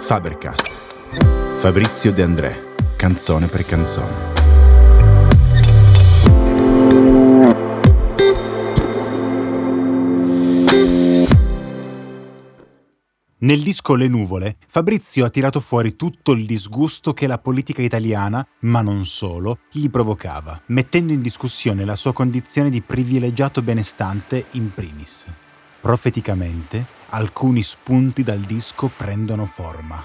Fabercast. Fabrizio De André, canzone per canzone. Nel disco Le Nuvole, Fabrizio ha tirato fuori tutto il disgusto che la politica italiana, ma non solo, gli provocava, mettendo in discussione la sua condizione di privilegiato benestante in primis. Profeticamente, alcuni spunti dal disco prendono forma.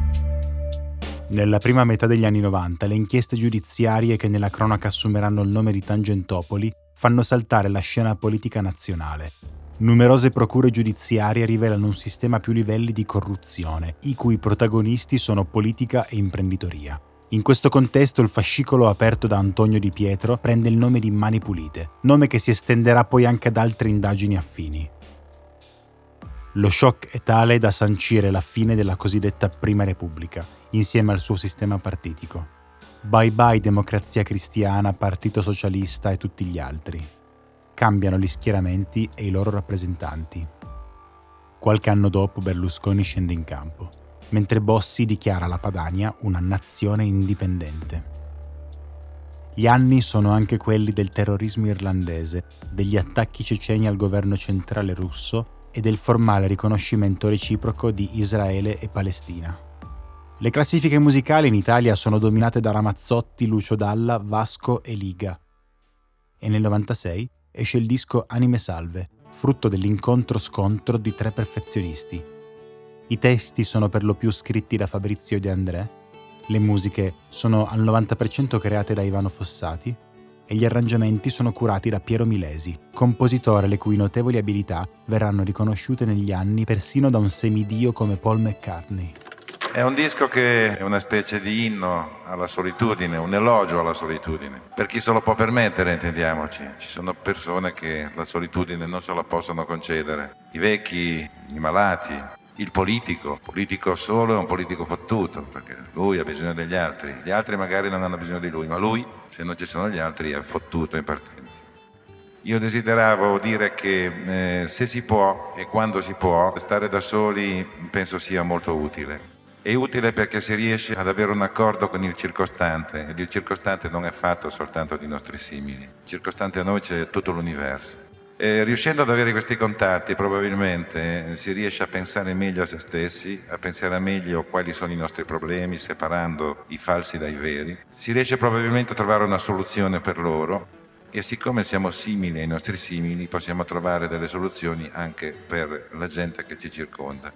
Nella prima metà degli anni 90, le inchieste giudiziarie che nella cronaca assumeranno il nome di Tangentopoli fanno saltare la scena politica nazionale. Numerose procure giudiziarie rivelano un sistema a più livelli di corruzione, i cui protagonisti sono politica e imprenditoria. In questo contesto il fascicolo aperto da Antonio Di Pietro prende il nome di Mani Pulite, nome che si estenderà poi anche ad altre indagini affini. Lo shock è tale da sancire la fine della cosiddetta Prima Repubblica, insieme al suo sistema partitico. Bye bye Democrazia Cristiana, Partito Socialista e tutti gli altri. Cambiano gli schieramenti e i loro rappresentanti. Qualche anno dopo Berlusconi scende in campo, mentre Bossi dichiara la Padania una nazione indipendente. Gli anni sono anche quelli del terrorismo irlandese, degli attacchi ceceni al governo centrale russo e del formale riconoscimento reciproco di Israele e Palestina. Le classifiche musicali in Italia sono dominate da Ramazzotti, Lucio Dalla, Vasco e Liga. E nel 96 esce il disco Anime Salve, frutto dell'incontro-scontro di tre perfezionisti. I testi sono per lo più scritti da Fabrizio De André, le musiche sono al 90% create da Ivano Fossati e gli arrangiamenti sono curati da Piero Milesi, compositore le cui notevoli abilità verranno riconosciute negli anni persino da un semidio come Paul McCartney. È un disco che è una specie di inno alla solitudine, un elogio alla solitudine. Per chi se lo può permettere, intendiamoci. Ci sono persone che la solitudine non se la possono concedere. I vecchi, i malati, il politico. Il politico solo è un politico fottuto, perché lui ha bisogno degli altri. Gli altri magari non hanno bisogno di lui, ma lui, se non ci sono gli altri, è fottuto in partenza. Io desideravo dire che se si può e quando si può, stare da soli penso sia molto utile. È utile perché si riesce ad avere un accordo con il circostante, ed il circostante non è fatto soltanto di nostri simili. Il circostante a noi c'è tutto l'universo. E riuscendo ad avere questi contatti probabilmente si riesce a pensare meglio a se stessi, a pensare meglio quali sono i nostri problemi, separando i falsi dai veri. Si riesce probabilmente a trovare una soluzione per loro e siccome siamo simili ai nostri simili possiamo trovare delle soluzioni anche per la gente che ci circonda.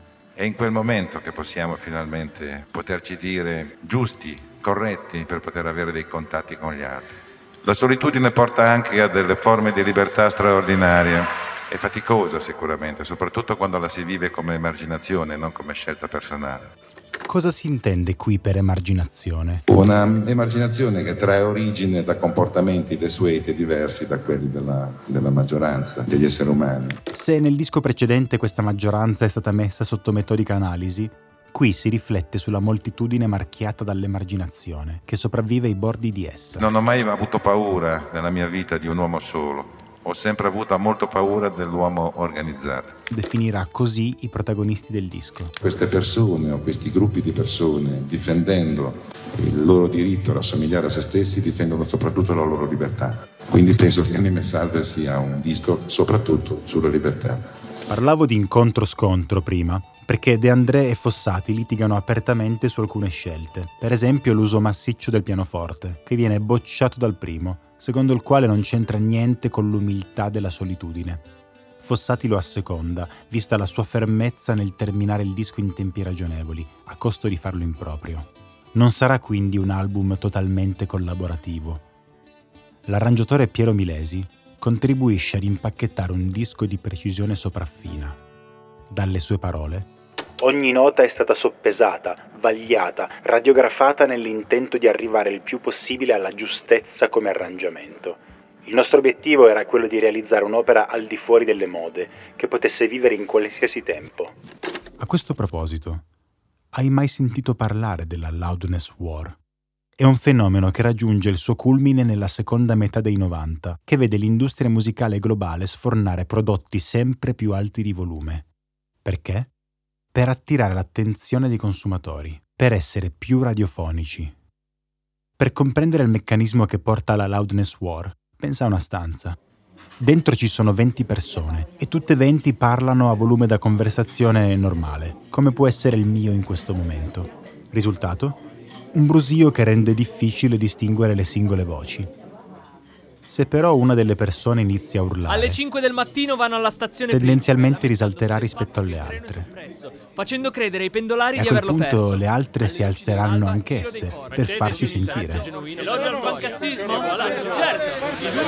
È in quel momento che possiamo finalmente poterci dire giusti, corretti, per poter avere dei contatti con gli altri. La solitudine porta anche a delle forme di libertà straordinarie. È faticosa sicuramente, soprattutto quando la si vive come emarginazione, non come scelta personale. Cosa si intende qui per emarginazione? Una emarginazione che trae origine da comportamenti desueti e diversi da quelli della maggioranza degli esseri umani. Se nel disco precedente questa maggioranza è stata messa sotto metodica analisi, qui si riflette sulla moltitudine marchiata dall'emarginazione, che sopravvive ai bordi di essa. Non ho mai avuto paura nella mia vita di un uomo solo. Ho sempre avuto molto paura dell'uomo organizzato. Definirà così i protagonisti del disco. Queste persone o questi gruppi di persone, difendendo il loro diritto ad assomigliare a se stessi, difendono soprattutto la loro libertà. Quindi penso che Anime Salve sia un disco soprattutto sulla libertà. Parlavo di incontro-scontro prima, perché De André e Fossati litigano apertamente su alcune scelte. Per esempio l'uso massiccio del pianoforte, che viene bocciato dal primo, secondo il quale non c'entra niente con l'umiltà della solitudine. Fossati lo asseconda, vista la sua fermezza nel terminare il disco in tempi ragionevoli, a costo di farlo in proprio. Non sarà quindi un album totalmente collaborativo. L'arrangiatore Piero Milesi contribuisce ad impacchettare un disco di precisione sopraffina. Dalle sue parole: ogni nota è stata soppesata, vagliata, radiografata nell'intento di arrivare il più possibile alla giustezza come arrangiamento. Il nostro obiettivo era quello di realizzare un'opera al di fuori delle mode, che potesse vivere in qualsiasi tempo. A questo proposito, hai mai sentito parlare della Loudness War? È un fenomeno che raggiunge il suo culmine nella seconda metà dei 90, che vede l'industria musicale globale sfornare prodotti sempre più alti di volume. Perché? per attirare l'attenzione dei consumatori, per essere più radiofonici. Per comprendere il meccanismo che porta alla loudness war, pensa a una stanza. Dentro ci sono 20 persone e tutte 20 parlano a volume da conversazione normale, come può essere il mio in questo momento. Risultato? Un brusio che rende difficile distinguere le singole voci. Se però una delle persone inizia a urlare, alle 5 del mattino vanno alla stazione tendenzialmente risalterà rispetto alle altre. Facendo credere ai pendolari E a di quel averlo perso. perso. Le altre si alzeranno anch'esse per farsi sentire. Elogio al fancazzismo? Certo, i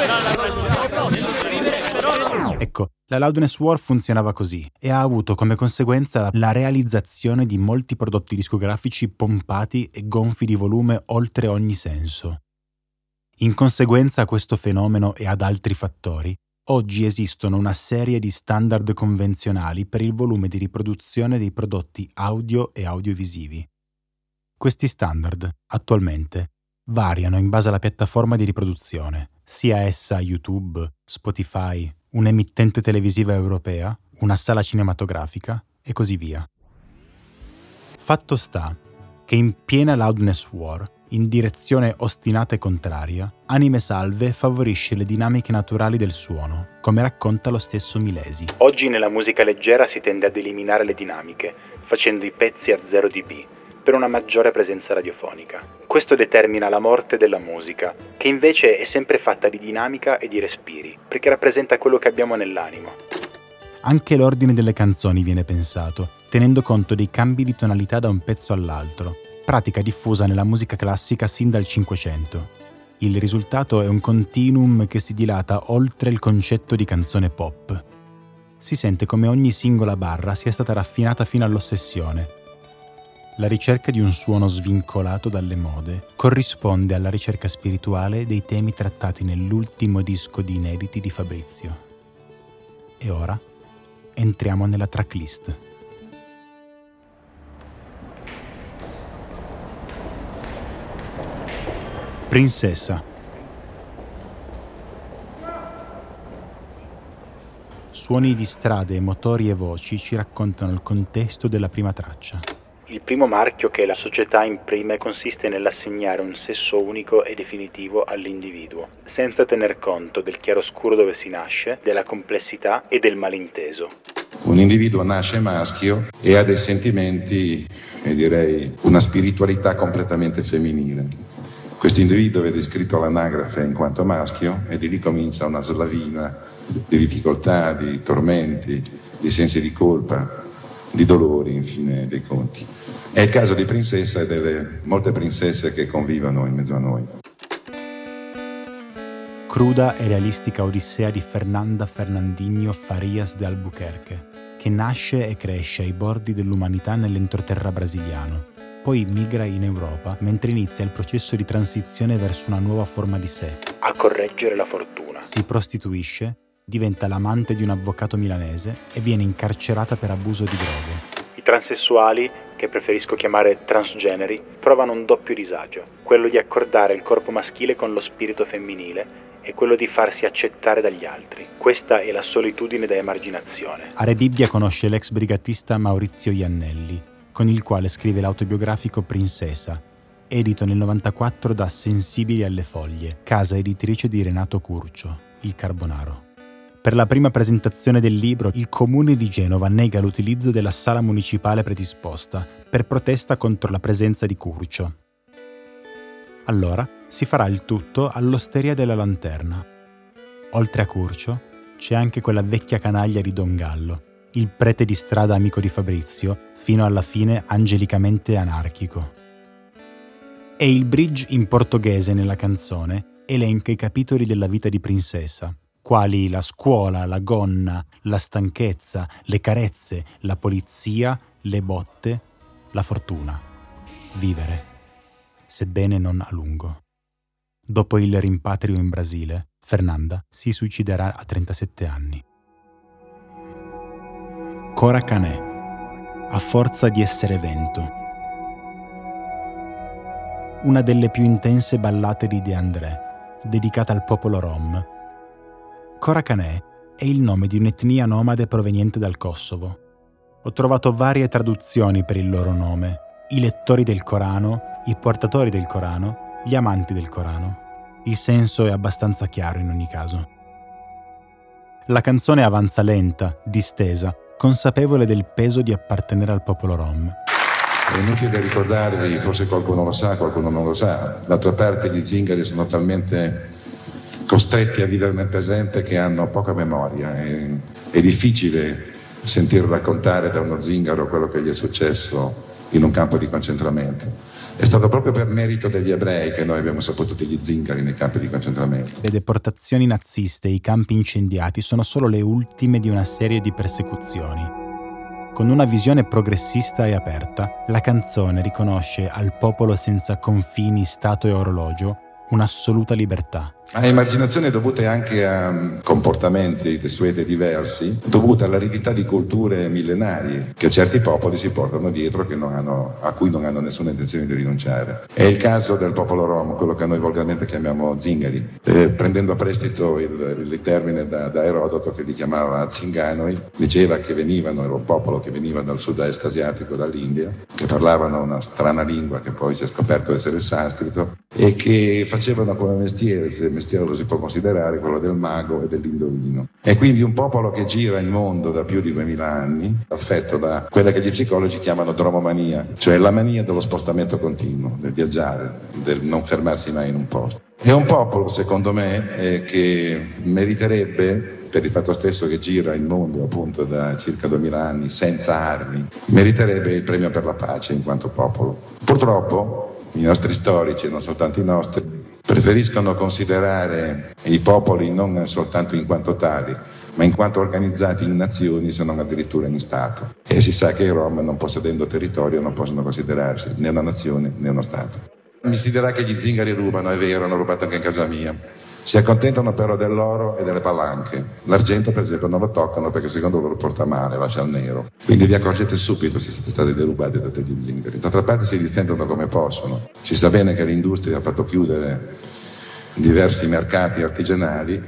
due Ecco, la loudness war funzionava così e ha avuto come conseguenza la realizzazione di molti prodotti discografici pompati e gonfi di volume oltre ogni senso. In conseguenza a questo fenomeno e ad altri fattori, oggi esistono una serie di standard convenzionali per il volume di riproduzione dei prodotti audio e audiovisivi. Questi standard, attualmente, variano in base alla piattaforma di riproduzione, sia essa YouTube, Spotify, un'emittente televisiva europea, una sala cinematografica e così via. Fatto sta che in piena loudness war, in direzione ostinata e contraria, Anime Salve favorisce le dinamiche naturali del suono, come racconta lo stesso Milesi. Oggi nella musica leggera si tende ad eliminare le dinamiche, facendo i pezzi a 0 dB, per una maggiore presenza radiofonica. Questo determina la morte della musica, che invece è sempre fatta di dinamica e di respiri, perché rappresenta quello che abbiamo nell'animo. Anche l'ordine delle canzoni viene pensato, tenendo conto dei cambi di tonalità da un pezzo all'altro, pratica diffusa nella musica classica sin dal Cinquecento. Il risultato è un continuum che si dilata oltre il concetto di canzone pop. Si sente come ogni singola barra sia stata raffinata fino all'ossessione. La ricerca di un suono svincolato dalle mode corrisponde alla ricerca spirituale dei temi trattati nell'ultimo disco di inediti di Fabrizio. E ora entriamo nella tracklist. Princessa. Suoni di strade, motori e voci ci raccontano il contesto della prima traccia. Il primo marchio che la società imprime consiste nell'assegnare un sesso unico e definitivo all'individuo, senza tener conto del chiaroscuro dove si nasce, della complessità e del malinteso. Un individuo nasce maschio e ha dei sentimenti, e direi una spiritualità completamente femminile. Questo individuo è descritto all'anagrafe in quanto maschio e di lì comincia una slavina di difficoltà, di tormenti, di sensi di colpa, di dolori, infine, dei conti. È il caso di Princessa e delle molte princesse che convivono in mezzo a noi. Cruda e realistica odissea di Fernanda Fernandinho Farias de Albuquerque, che nasce e cresce ai bordi dell'umanità nell'entroterra brasiliano. Poi migra in Europa mentre inizia il processo di transizione verso una nuova forma di sé. A correggere la fortuna. Si prostituisce, diventa l'amante di un avvocato milanese e viene incarcerata per abuso di droghe. I transessuali, che preferisco chiamare transgeneri, provano un doppio disagio, quello di accordare il corpo maschile con lo spirito femminile e quello di farsi accettare dagli altri. Questa è la solitudine da emarginazione. A Re Bibbia conosce l'ex brigatista Maurizio Iannelli, con il quale scrive l'autobiografico Princesa, edito nel 94 da Sensibili alle Foglie, casa editrice di Renato Curcio, il Carbonaro. Per la prima presentazione del libro, il comune di Genova nega l'utilizzo della sala municipale predisposta per protesta contro la presenza di Curcio. Allora si farà il tutto all'Osteria della Lanterna. Oltre a Curcio, c'è anche quella vecchia canaglia di Don Gallo, il prete di strada amico di Fabrizio, fino alla fine angelicamente anarchico. E il bridge in portoghese nella canzone elenca i capitoli della vita di Princessa, quali la scuola, la gonna, la stanchezza, le carezze, la polizia, le botte, la fortuna. Vivere, sebbene non a lungo. Dopo il rimpatrio in Brasile, Fernanda si suiciderà a 37 anni. Cora Canè, a forza di essere vento. Una delle più intense ballate di De André, dedicata al popolo rom. Cora Canè è il nome di un'etnia nomade proveniente dal Kosovo. Ho trovato varie traduzioni per il loro nome: i lettori del Corano, i portatori del Corano, gli amanti del Corano. Il senso è abbastanza chiaro in ogni caso. La canzone avanza lenta, distesa, consapevole del peso di appartenere al popolo rom. È inutile ricordarvi, forse qualcuno lo sa, qualcuno non lo sa. D'altra parte gli zingari sono talmente costretti a vivere nel presente che hanno poca memoria. È difficile sentir raccontare da uno zingaro quello che gli è successo in un campo di concentramento. È stato proprio per merito degli ebrei che noi abbiamo saputo gli zingari nei campi di concentramento. Le deportazioni naziste e i campi incendiati sono solo le ultime di una serie di persecuzioni. Con una visione progressista e aperta, la canzone riconosce al popolo senza confini, stato e orologio un'assoluta libertà. Ma emarginazioni dovute anche a comportamenti desueti e diversi, dovute all'aridità di culture millenarie che certi popoli si portano dietro, a cui non hanno nessuna intenzione di rinunciare. È il caso del popolo rom, quello che noi volgarmente chiamiamo zingari, prendendo a prestito il termine da Erodoto, che li chiamava zinganoi. Diceva che era un popolo che veniva dal sud-est asiatico, dall'India, che parlavano una strana lingua che poi si è scoperto essere il sanscrito, e che facevano come mestiere, se mestiere lo si può considerare, quello del mago e dell'indovino. È quindi un popolo che gira il mondo da più di 2000 anni, affetto da quella che gli psicologi chiamano dromomania, cioè la mania dello spostamento continuo, del viaggiare, del non fermarsi mai in un posto. È un popolo, secondo me, che meriterebbe, per il fatto stesso che gira il mondo appunto da circa 2000 anni senza armi, meriterebbe il premio per la pace in quanto popolo. Purtroppo i nostri storici, non soltanto i nostri, preferiscono considerare i popoli non soltanto in quanto tali, ma in quanto organizzati in nazioni, se non addirittura in Stato. E si sa che i Rom, non possedendo territorio, non possono considerarsi né una nazione né uno Stato. Mi si dirà che gli zingari rubano, è vero, hanno rubato anche in casa mia. Si accontentano però dell'oro e delle palanche. L'argento, per esempio, non lo toccano perché secondo loro porta male, lascia il nero. Quindi vi accorgete subito se siete stati derubati da degli zingari. D'altra parte si difendono come possono. Si sa bene che l'industria ha fatto chiudere diversi mercati artigianali.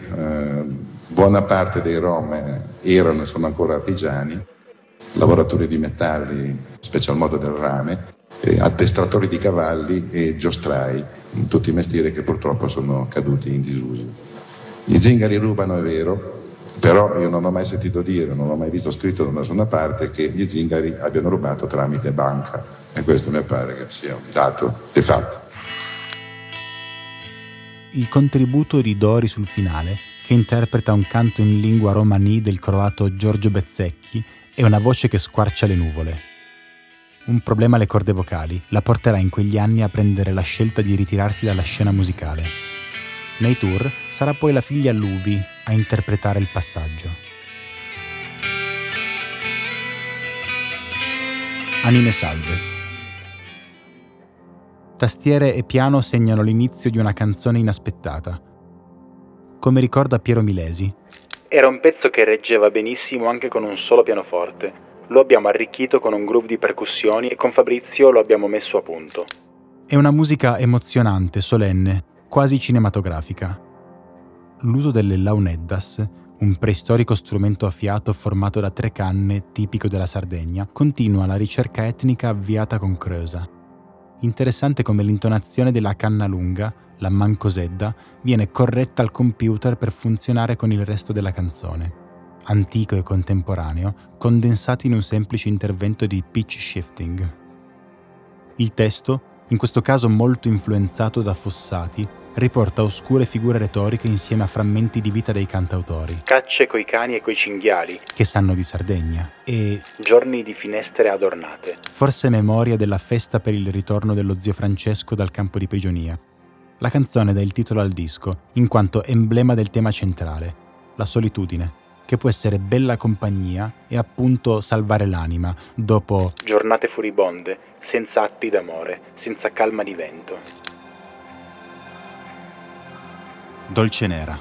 Buona parte dei Rom erano e sono ancora artigiani, lavoratori di metalli, special modo del rame, addestratori di cavalli e giostrai, tutti mestieri che purtroppo sono caduti in disuso. Gli zingari rubano, è vero, però io non ho mai sentito dire, non ho mai visto scritto da nessuna parte che gli zingari abbiano rubato tramite banca, e questo mi pare che sia un dato di fatto. Il contributo di Dori sul finale, che interpreta un canto in lingua romani del croato Giorgio Bezzecchi, è una voce che squarcia le nuvole. Un problema alle corde vocali la porterà in quegli anni a prendere la scelta di ritirarsi dalla scena musicale. Nei tour sarà poi la figlia Luvi a interpretare il passaggio. Anime salve. Tastiere e piano segnano l'inizio di una canzone inaspettata. Come ricorda Piero Milesi, era un pezzo che reggeva benissimo anche con un solo pianoforte. Lo abbiamo arricchito con un groove di percussioni e con Fabrizio lo abbiamo messo a punto. È una musica emozionante, solenne, quasi cinematografica. L'uso delle launeddas, un preistorico strumento a fiato formato da 3 canne tipico della Sardegna, continua la ricerca etnica avviata con Crösa. Interessante come l'intonazione della canna lunga, la mancosedda, viene corretta al computer per funzionare con il resto della canzone. Antico e contemporaneo, condensati in un semplice intervento di pitch shifting. Il testo, in questo caso molto influenzato da Fossati, riporta oscure figure retoriche insieme a frammenti di vita dei cantautori. Cacce coi cani e coi cinghiali, che sanno di Sardegna, e giorni di finestre adornate. Forse memoria della festa per il ritorno dello zio Francesco dal campo di prigionia. La canzone dà il titolo al disco, in quanto emblema del tema centrale, la solitudine, che può essere bella compagnia e appunto salvare l'anima dopo giornate furibonde, senza atti d'amore, senza calma di vento. Dolce Nera.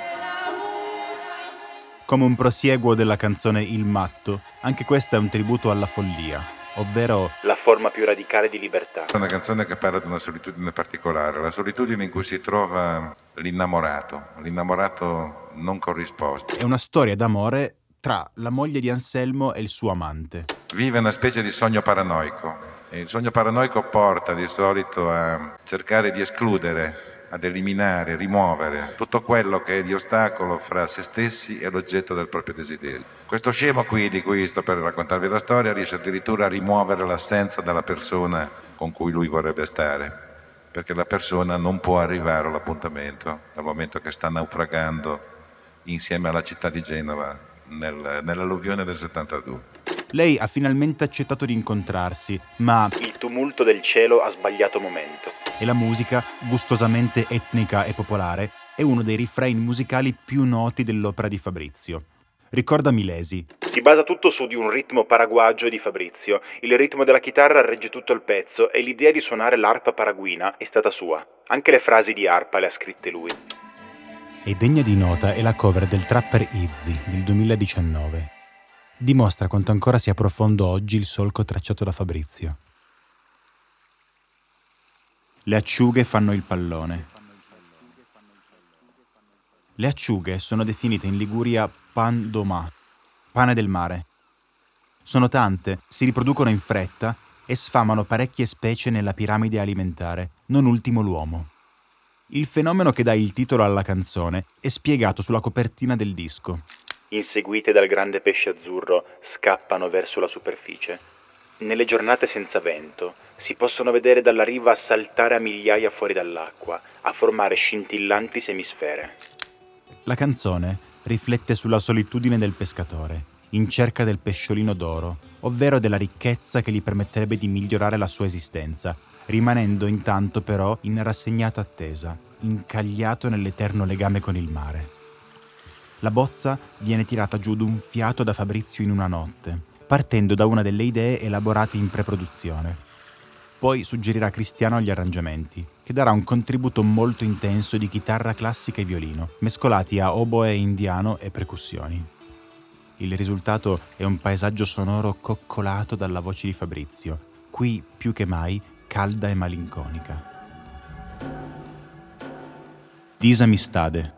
Come un prosieguo della canzone Il Matto, anche questa è un tributo alla follia, ovvero la forma più radicale di libertà. È una canzone che parla di una solitudine particolare, la solitudine in cui si trova l'innamorato non corrisposto. È una storia d'amore tra la moglie di Anselmo e il suo amante. vive una specie di sogno paranoico. E il sogno paranoico porta di solito a cercare di escludere, ad eliminare, rimuovere tutto quello che è di ostacolo fra se stessi e l'oggetto del proprio desiderio. Questo scemo qui, di cui sto per raccontarvi la storia, riesce addirittura a rimuovere l'assenza della persona con cui lui vorrebbe stare, perché la persona non può arrivare all'appuntamento dal momento che sta naufragando insieme alla città di Genova nell'alluvione del 72. Lei ha finalmente accettato di incontrarsi, ma Il tumulto del cielo ha sbagliato momento. e la musica, gustosamente etnica e popolare, è uno dei refrain musicali più noti dell'opera di Fabrizio. Ricorda Milesi: Si basa tutto su di un ritmo paraguagio di Fabrizio. Il ritmo della chitarra regge tutto il pezzo e l'idea di suonare l'arpa paraguina è stata sua. Anche le frasi di arpa le ha scritte lui. E degna di nota è la cover del trapper Izzy del 2019. Dimostra quanto ancora sia profondo oggi il solco tracciato da Fabrizio. Le acciughe fanno il pallone. Le acciughe sono definite in Liguria pan domà, pane del mare. Sono tante, si riproducono in fretta e sfamano parecchie specie nella piramide alimentare, non ultimo l'uomo. Il fenomeno che dà il titolo alla canzone è spiegato sulla copertina del disco. Inseguite dal grande pesce azzurro, scappano verso la superficie. Nelle giornate senza vento si possono vedere dalla riva saltare a migliaia fuori dall'acqua, a formare scintillanti semisfere. La canzone riflette sulla solitudine del pescatore, in cerca del pesciolino d'oro, ovvero della ricchezza che gli permetterebbe di migliorare la sua esistenza, rimanendo intanto però in rassegnata attesa, incagliato nell'eterno legame con il mare. La bozza viene tirata giù d'un fiato da Fabrizio in una notte, partendo da una delle idee elaborate in preproduzione. Poi suggerirà Cristiano agli arrangiamenti, che darà un contributo molto intenso di chitarra classica e violino, mescolati a oboe indiano e percussioni. Il risultato è un paesaggio sonoro coccolato dalla voce di Fabrizio, qui più che mai calda e malinconica. Disamistade.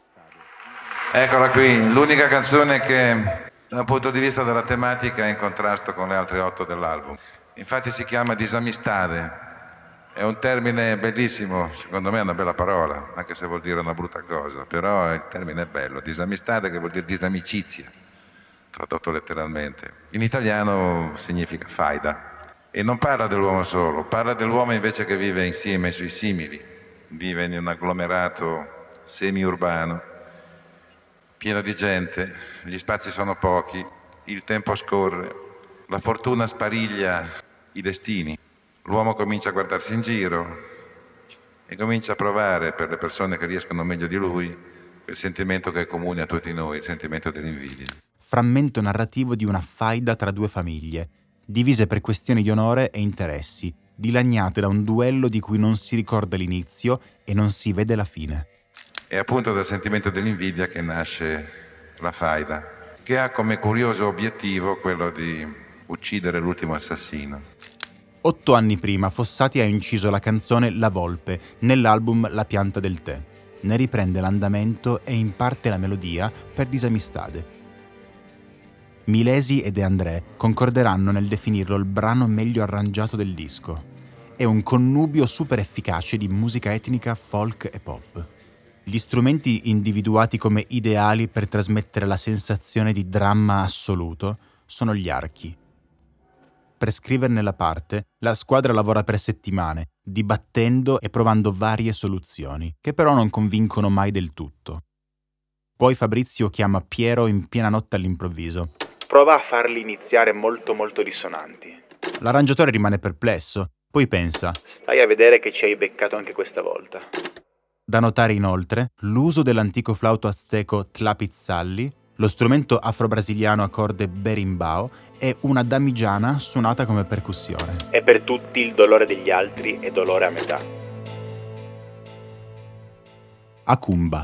Eccola qui, l'unica canzone che dal punto di vista della tematica è in contrasto con le altre 8 dell'album. Infatti si chiama Disamistade, è un termine bellissimo, secondo me è una bella parola, anche se vuol dire una brutta cosa, però il termine è bello, Disamistade, che vuol dire disamicizia, tradotto letteralmente. In italiano significa faida e non parla dell'uomo solo, parla dell'uomo invece che vive insieme sui simili, vive in un agglomerato semi-urbano, pieno di gente, gli spazi sono pochi, il tempo scorre, la fortuna spariglia i destini, l'uomo comincia a guardarsi in giro e comincia a provare, per le persone che riescono meglio di lui, quel sentimento che è comune a tutti noi, il sentimento dell'invidia. Frammento narrativo di una faida tra due famiglie, divise per questioni di onore e interessi, dilaniate da un duello di cui non si ricorda l'inizio e non si vede la fine. È appunto dal sentimento dell'invidia che nasce la faida, che ha come curioso obiettivo quello di uccidere l'ultimo assassino. 8 anni prima Fossati ha inciso la canzone La Volpe nell'album La pianta del tè. Ne riprende l'andamento e in parte la melodia per Disamistade. Milesi e De André concorderanno nel definirlo il brano meglio arrangiato del disco. È un connubio super efficace di musica etnica, folk e pop. Gli strumenti individuati come ideali per trasmettere la sensazione di dramma assoluto sono gli archi. Per scriverne la parte, la squadra lavora per settimane, dibattendo e provando varie soluzioni, che però non convincono mai del tutto. Poi Fabrizio chiama Piero in piena notte all'improvviso. Prova a farli iniziare molto dissonanti. L'arrangiatore rimane perplesso, poi pensa. Stai a vedere che ci hai beccato anche questa volta. Da notare inoltre l'uso dell'antico flauto azteco tlapizzalli, lo strumento afro-brasiliano a corde berimbau e una damigiana suonata come percussione. E per tutti il dolore degli altri è dolore a metà. Akumba.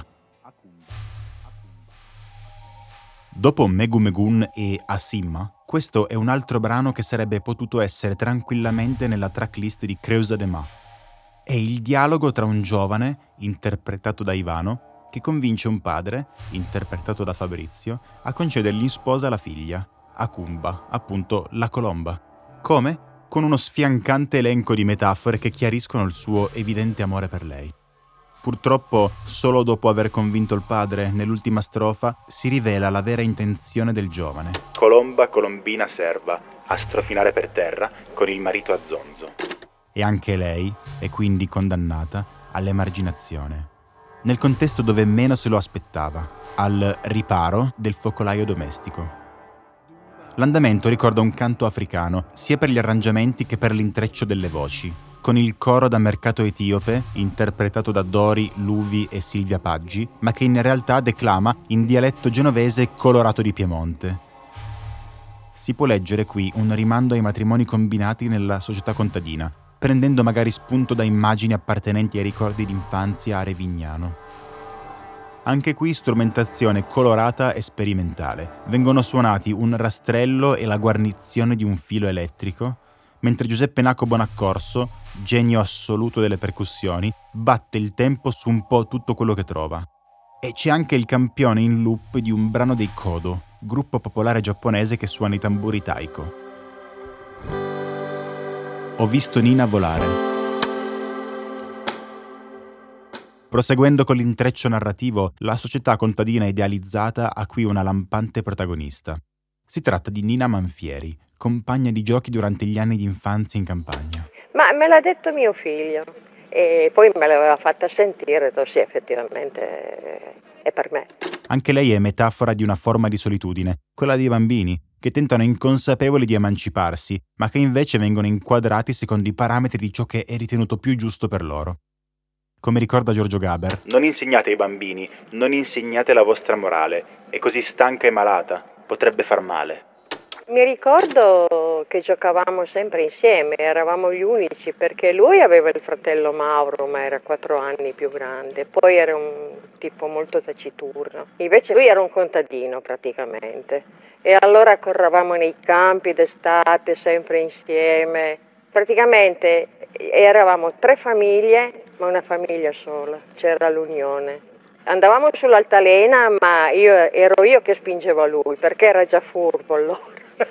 Dopo Megu Megun e Asimma, questo è un altro brano che sarebbe potuto essere tranquillamente nella tracklist di Creusa de Ma. È il dialogo tra un giovane, interpretato da Ivano, che convince un padre, interpretato da Fabrizio, a concedergli in sposa la figlia. Akumba, appunto la colomba. Come? Con uno sfiancante elenco di metafore che chiariscono il suo evidente amore per lei. Purtroppo, solo dopo aver convinto il padre, nell'ultima strofa, si rivela la vera intenzione del giovane. Colomba, colombina, serva, a strofinare per terra con il marito a zonzo. E anche lei è quindi condannata all'emarginazione, nel contesto dove meno se lo aspettava, al riparo del focolaio domestico. L'andamento ricorda un canto africano, sia per gli arrangiamenti che per l'intreccio delle voci, con il coro da mercato etiope, interpretato da Dori, Luvi e Silvia Paggi, ma che in realtà declama in dialetto genovese colorato di Piemonte. Si può leggere qui un rimando ai matrimoni combinati nella società contadina, prendendo magari spunto da immagini appartenenti ai ricordi d'infanzia a Revignano. Anche qui strumentazione colorata e sperimentale. Vengono suonati un rastrello e la guarnizione di un filo elettrico, mentre Giuseppe Naco Bonaccorso, genio assoluto delle percussioni, batte il tempo su un po' tutto quello che trova. E c'è anche il campione in loop di un brano dei Kodo, gruppo popolare giapponese che suona i tamburi taiko. Ho visto Nina volare. Proseguendo con l'intreccio narrativo, la società contadina idealizzata ha qui una lampante protagonista. Si tratta di Nina Manfieri, compagna di giochi durante gli anni di infanzia in campagna. Ma me l'ha detto mio figlio e poi me l'aveva fatta sentire, ho detto sì, effettivamente è per me. Anche lei è metafora di una forma di solitudine, quella dei bambini, che tentano inconsapevoli di emanciparsi, ma che invece vengono inquadrati secondo i parametri di ciò che è ritenuto più giusto per loro. Come ricorda Giorgio Gaber, non insegnate ai bambini, non insegnate la vostra morale, è così stanca e malata, potrebbe far male. Mi ricordo che giocavamo sempre insieme, eravamo gli unici perché lui aveva il fratello Mauro, ma era 4 anni più grande, poi era un tipo molto taciturno. Invece lui era un contadino praticamente e allora corravamo nei campi d'estate sempre insieme. Praticamente eravamo 3 famiglie, ma una famiglia sola, c'era l'unione. Andavamo sull'altalena, ma ero io che spingevo a lui perché era già furbo allora.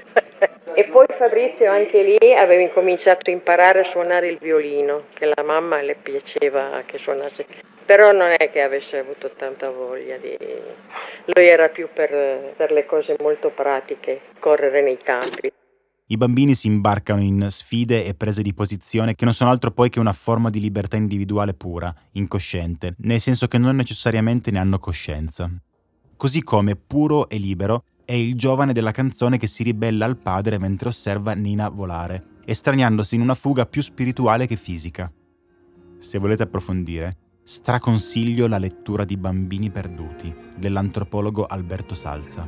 E poi Fabrizio anche lì aveva incominciato a imparare a suonare il violino, che la mamma le piaceva che suonasse, però non è che avesse avuto tanta voglia di... Lui era più per le cose molto pratiche, correre nei campi. I bambini si imbarcano in sfide e prese di posizione che non sono altro poi che una forma di libertà individuale pura, incosciente, nel senso che non necessariamente ne hanno coscienza. Così come puro e libero è il giovane della canzone che si ribella al padre mentre osserva Nina volare, estraniandosi in una fuga più spirituale che fisica. Se volete approfondire, straconsiglio la lettura di Bambini perduti dell'antropologo Alberto Salza.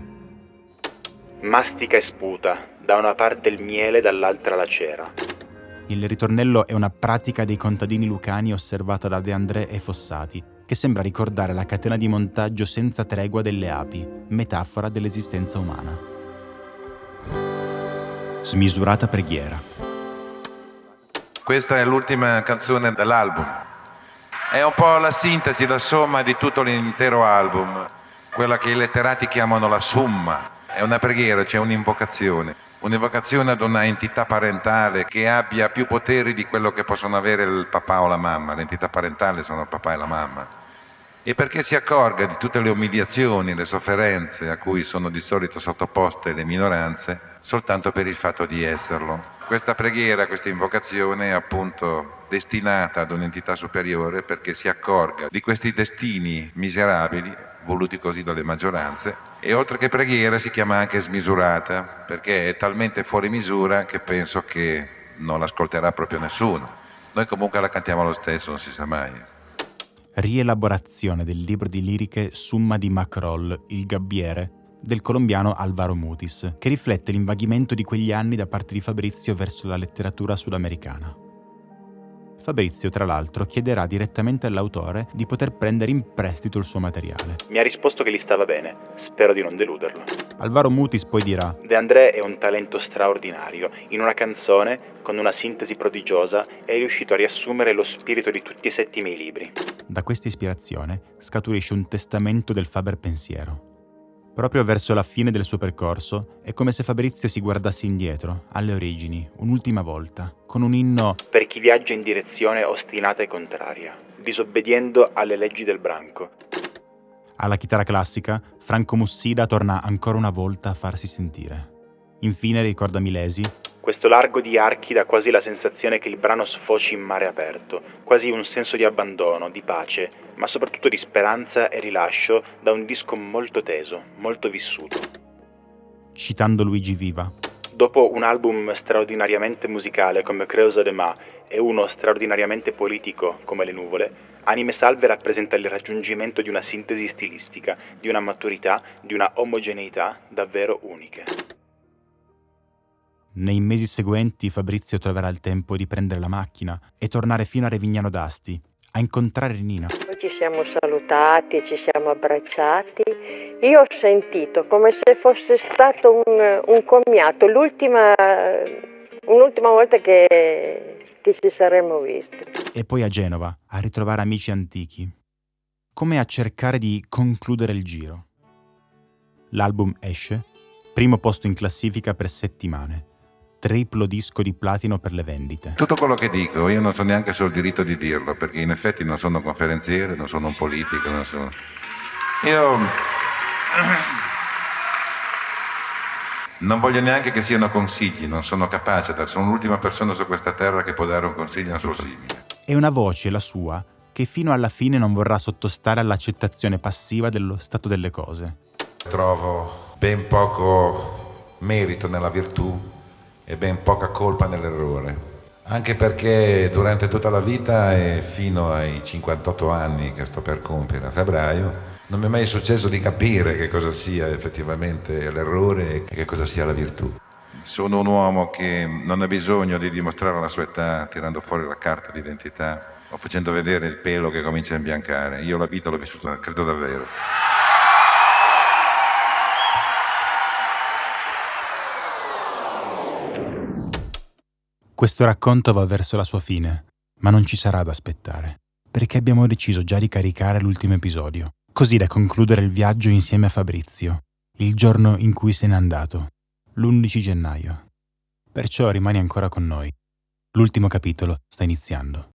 Mastica e sputa, da una parte il miele, dall'altra la cera. Il ritornello è una pratica dei contadini lucani osservata da De André e Fossati, che sembra ricordare la catena di montaggio senza tregua delle api, metafora dell'esistenza umana. Smisurata preghiera. Questa è l'ultima canzone dell'album. È un po' la sintesi, la somma di tutto l'intero album, quella che i letterati chiamano la summa. È una preghiera, c'è un'invocazione ad una entità parentale che abbia più poteri di quello che possono avere il papà o la mamma. L'entità parentale sono il papà e la mamma. E perché si accorga di tutte le umiliazioni, le sofferenze a cui sono di solito sottoposte le minoranze, soltanto per il fatto di esserlo. Questa preghiera, questa invocazione è appunto destinata ad un'entità superiore perché si accorga di questi destini miserabili voluti così dalle maggioranze, e oltre che preghiera si chiama anche smisurata, perché è talmente fuori misura che penso che non l'ascolterà proprio nessuno. Noi comunque la cantiamo lo stesso, non si sa mai. Rielaborazione del libro di liriche Summa di Macroll, Il gabbiere, del colombiano Alvaro Mutis, che riflette l'invaghimento di quegli anni da parte di Fabrizio verso la letteratura sudamericana. Fabrizio, tra l'altro, chiederà direttamente all'autore di poter prendere in prestito il suo materiale. Mi ha risposto che gli stava bene, spero di non deluderlo. Alvaro Mutis poi dirà: De André è un talento straordinario. In una canzone, con una sintesi prodigiosa, è riuscito a riassumere lo spirito di tutti e 7 i miei libri. Da questa ispirazione scaturisce un testamento del Faber pensiero. Proprio verso la fine del suo percorso è come se Fabrizio si guardasse indietro, alle origini, un'ultima volta, con un inno per chi viaggia in direzione ostinata e contraria, disobbediendo alle leggi del branco. Alla chitarra classica, Franco Mussida torna ancora una volta a farsi sentire. Infine ricorda Milesi: questo largo di archi dà quasi la sensazione che il brano sfoci in mare aperto, quasi un senso di abbandono, di pace, ma soprattutto di speranza e rilascio da un disco molto teso, molto vissuto. Citando Luigi Viva: dopo un album straordinariamente musicale come Creusa de Ma e uno straordinariamente politico come Le Nuvole, Anime Salve rappresenta il raggiungimento di una sintesi stilistica, di una maturità, di una omogeneità davvero uniche. Nei mesi seguenti Fabrizio troverà il tempo di prendere la macchina e tornare fino a Revignano d'Asti, a incontrare Nina. Poi ci siamo salutati, ci siamo abbracciati. Io ho sentito come se fosse stato un commiato, un'ultima volta che ci saremmo visti. E poi a Genova, a ritrovare amici antichi. Come a cercare di concludere il giro. L'album esce, primo posto in classifica per settimane. Triplo disco di platino per le vendite. Tutto quello che dico, io non so neanche se ho il diritto di dirlo, perché in effetti non sono un conferenziere, non sono un politico, non sono... Io non voglio neanche che siano consigli, non sono capace, sono l'ultima persona su questa terra che può dare un consiglio a un suo simile. È una voce, la sua, che fino alla fine non vorrà sottostare all'accettazione passiva dello stato delle cose. Trovo ben poco merito nella virtù e ben poca colpa nell'errore, anche perché durante tutta la vita e fino ai 58 anni che sto per compiere a febbraio non mi è mai successo di capire che cosa sia effettivamente l'errore e che cosa sia la virtù. Sono un uomo che non ha bisogno di dimostrare la sua età tirando fuori la carta d'identità o facendo vedere il pelo che comincia a imbiancare. Io la vita l'ho vissuta, credo davvero. Questo racconto va verso la sua fine, ma non ci sarà da aspettare, perché abbiamo deciso già di caricare l'ultimo episodio, così da concludere il viaggio insieme a Fabrizio, il giorno in cui se n'è andato, l'11 gennaio. Perciò rimani ancora con noi. L'ultimo capitolo sta iniziando.